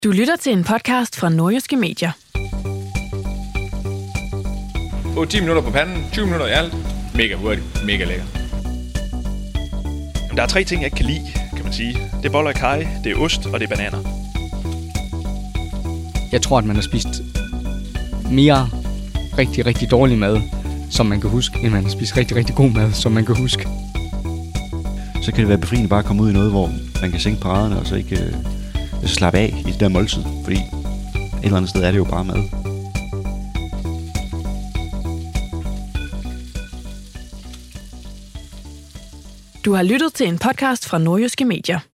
Du lytter til en podcast fra Nordjyske Medier. 10 minutter på panden, 20 minutter i alt. Mega hurtigt, mega lækker. Der er 3 ting, jeg ikke kan lide, kan man sige. Det er boller i kaj, det er ost og det er bananer. Jeg tror, at man har spist mere rigtig, rigtig dårlig mad, som man kan huske, end man har spist rigtig, rigtig god mad, som man kan huske. Så kan det være befriende bare at komme ud i noget, hvor man kan sænke paraderne og så ikke slappe af i det der måltid. Fordi et eller andet sted er det jo bare mad. Du har lyttet til en podcast fra Nordjyske Medier.